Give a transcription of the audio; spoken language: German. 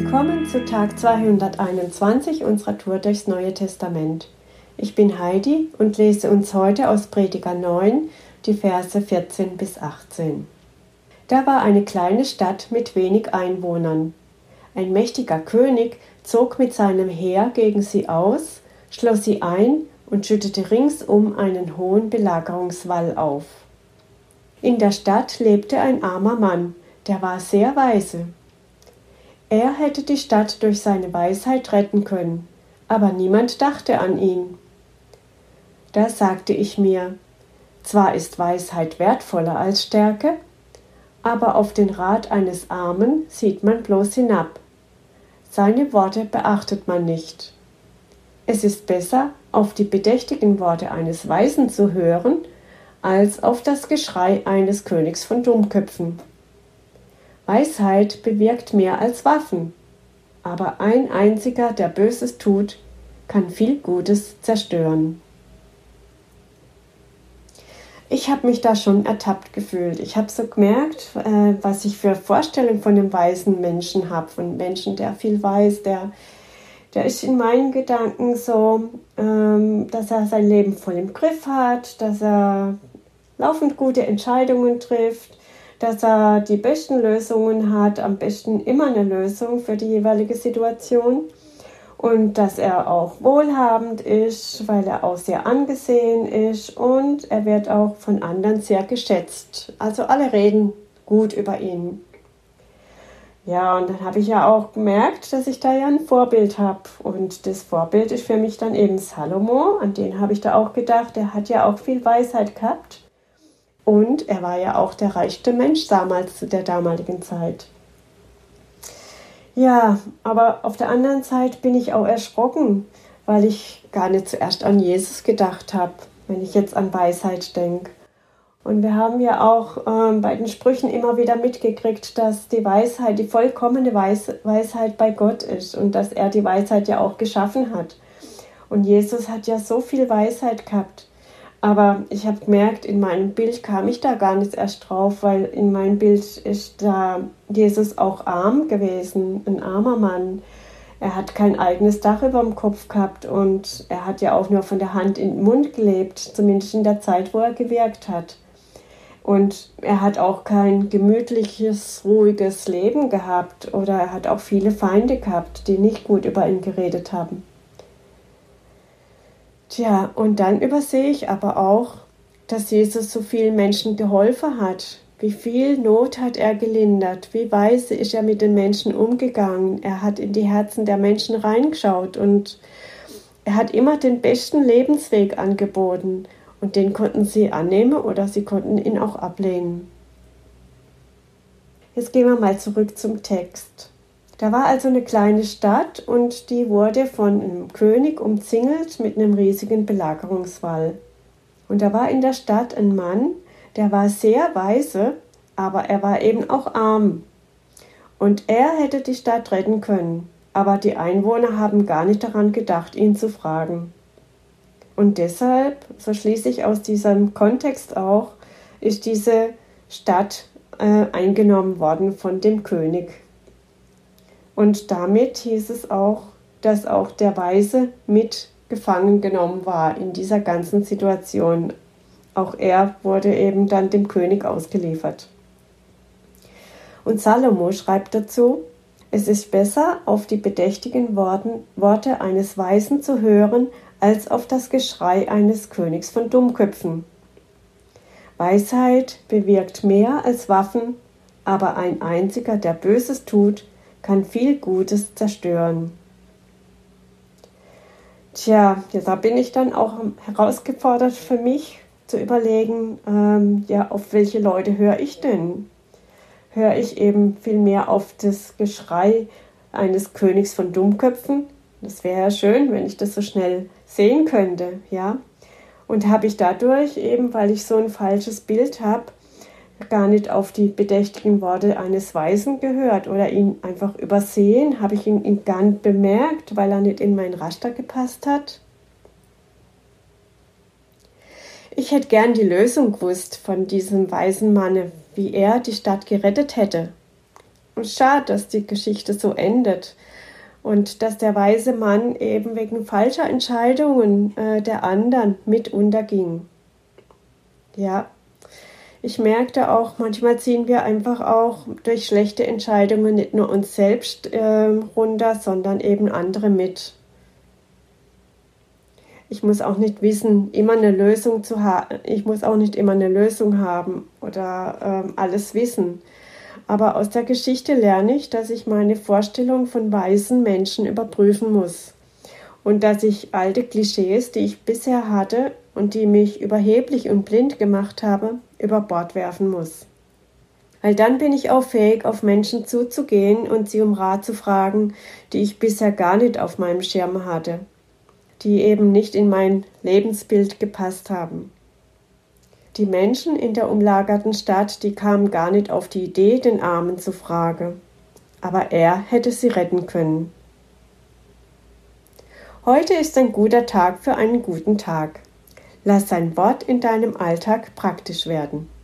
Willkommen zu Tag 221 unserer Tour durchs Neue Testament. Ich bin Heidi und lese uns heute aus Prediger 9 die Verse 14 bis 18. Da war eine kleine Stadt mit wenig Einwohnern. Ein mächtiger König zog mit seinem Heer gegen sie aus, schloss sie ein und schüttete ringsum einen hohen Belagerungswall auf. In der Stadt lebte ein armer Mann, der war sehr weise. Er hätte die Stadt durch seine Weisheit retten können, aber niemand dachte an ihn. Da sagte ich mir, zwar ist Weisheit wertvoller als Stärke, aber auf den Rat eines Armen sieht man bloß hinab. Seine Worte beachtet man nicht. Es ist besser, auf die bedächtigen Worte eines Weisen zu hören, als auf das Geschrei eines Königs von Dummköpfen. Weisheit bewirkt mehr als Waffen, aber ein einziger, der Böses tut, kann viel Gutes zerstören. Ich habe mich da schon ertappt gefühlt. Ich habe so gemerkt, was ich für Vorstellungen von einem weisen Menschen habe, von einem Menschen, der viel weiß, der ist in meinen Gedanken so, dass er sein Leben voll im Griff hat, dass er laufend gute Entscheidungen trifft, dass er die besten Lösungen hat, am besten immer eine Lösung für die jeweilige Situation und dass er auch wohlhabend ist, weil er auch sehr angesehen ist und er wird auch von anderen sehr geschätzt. Also alle reden gut über ihn. Ja, und dann habe ich ja auch gemerkt, dass ich da ja ein Vorbild habe und das Vorbild ist für mich dann eben Salomo, an den habe ich da auch gedacht, der hat ja auch viel Weisheit gehabt. Und er war ja auch der reichste Mensch damals, zu der damaligen Zeit. Ja, aber auf der anderen Seite bin ich auch erschrocken, weil ich gar nicht zuerst an Jesus gedacht habe, wenn ich jetzt an Weisheit denke. Und wir haben ja auch bei den Sprüchen immer wieder mitgekriegt, dass die Weisheit, die vollkommene Weisheit bei Gott ist und dass er die Weisheit ja auch geschaffen hat. Und Jesus hat ja so viel Weisheit gehabt. Aber ich habe gemerkt, in meinem Bild kam ich da gar nicht erst drauf, weil in meinem Bild ist da Jesus auch arm gewesen, ein armer Mann. Er hat kein eigenes Dach über dem Kopf gehabt und er hat ja auch nur von der Hand in den Mund gelebt, zumindest in der Zeit, wo er gewirkt hat. Und er hat auch kein gemütliches, ruhiges Leben gehabt oder er hat auch viele Feinde gehabt, die nicht gut über ihn geredet haben. Tja, und dann übersehe ich aber auch, dass Jesus so vielen Menschen geholfen hat. Wie viel Not hat er gelindert? Wie weise ist er mit den Menschen umgegangen? Er hat in die Herzen der Menschen reingeschaut und er hat immer den besten Lebensweg angeboten. Und den konnten sie annehmen oder sie konnten ihn auch ablehnen. Jetzt gehen wir mal zurück zum Text. Da war also eine kleine Stadt und die wurde von einem König umzingelt mit einem riesigen Belagerungswall. Und da war in der Stadt ein Mann, der war sehr weise, aber er war eben auch arm. Und er hätte die Stadt retten können, aber die Einwohner haben gar nicht daran gedacht, ihn zu fragen. Und deshalb, so schließe ich aus diesem Kontext auch, ist diese Stadt eingenommen worden von dem König. Und damit hieß es auch, dass auch der Weise mit gefangen genommen war in dieser ganzen Situation. Auch er wurde eben dann dem König ausgeliefert. Und Salomo schreibt dazu, es ist besser, auf die bedächtigen Worte eines Weisen zu hören, als auf das Geschrei eines Königs von Dummköpfen. Weisheit bewirkt mehr als Waffen, aber ein einziger, der Böses tut, kann viel Gutes zerstören. Tja, da bin ich dann auch herausgefordert für mich zu überlegen, auf welche Leute höre ich denn? Höre ich eben viel mehr auf das Geschrei eines Königs von Dummköpfen? Das wäre ja schön, wenn ich das so schnell sehen könnte, ja. Und habe ich dadurch eben, weil ich so ein falsches Bild habe, gar nicht auf die bedächtigen Worte eines Weisen gehört oder ihn einfach übersehen, habe ich ihn gar nicht bemerkt, weil er nicht in mein Raster gepasst hat. Ich hätte gern die Lösung gewusst von diesem weisen Mann, wie er die Stadt gerettet hätte. schade, dass die Geschichte so endet und dass der weise Mann eben wegen falscher Entscheidungen der anderen mit unterging. Ja, ich merkte auch, manchmal ziehen wir einfach auch durch schlechte Entscheidungen nicht nur uns selbst runter, sondern eben andere mit. Ich muss auch nicht wissen, immer eine Lösung zu haben. Ich muss auch nicht immer eine Lösung haben oder alles wissen. Aber aus der Geschichte lerne ich, dass ich meine Vorstellung von weisen Menschen überprüfen muss und dass ich alte Klischees, die ich bisher hatte und die mich überheblich und blind gemacht habe, über Bord werfen muss. Weil dann bin ich auch fähig, auf Menschen zuzugehen und sie um Rat zu fragen, die ich bisher gar nicht auf meinem Schirm hatte, die eben nicht in mein Lebensbild gepasst haben. Die Menschen in der umlagerten Stadt, die kamen gar nicht auf die Idee, den Armen zu fragen. Aber er hätte sie retten können. Heute ist ein guter Tag für einen guten Tag. Lass sein Wort in deinem Alltag praktisch werden.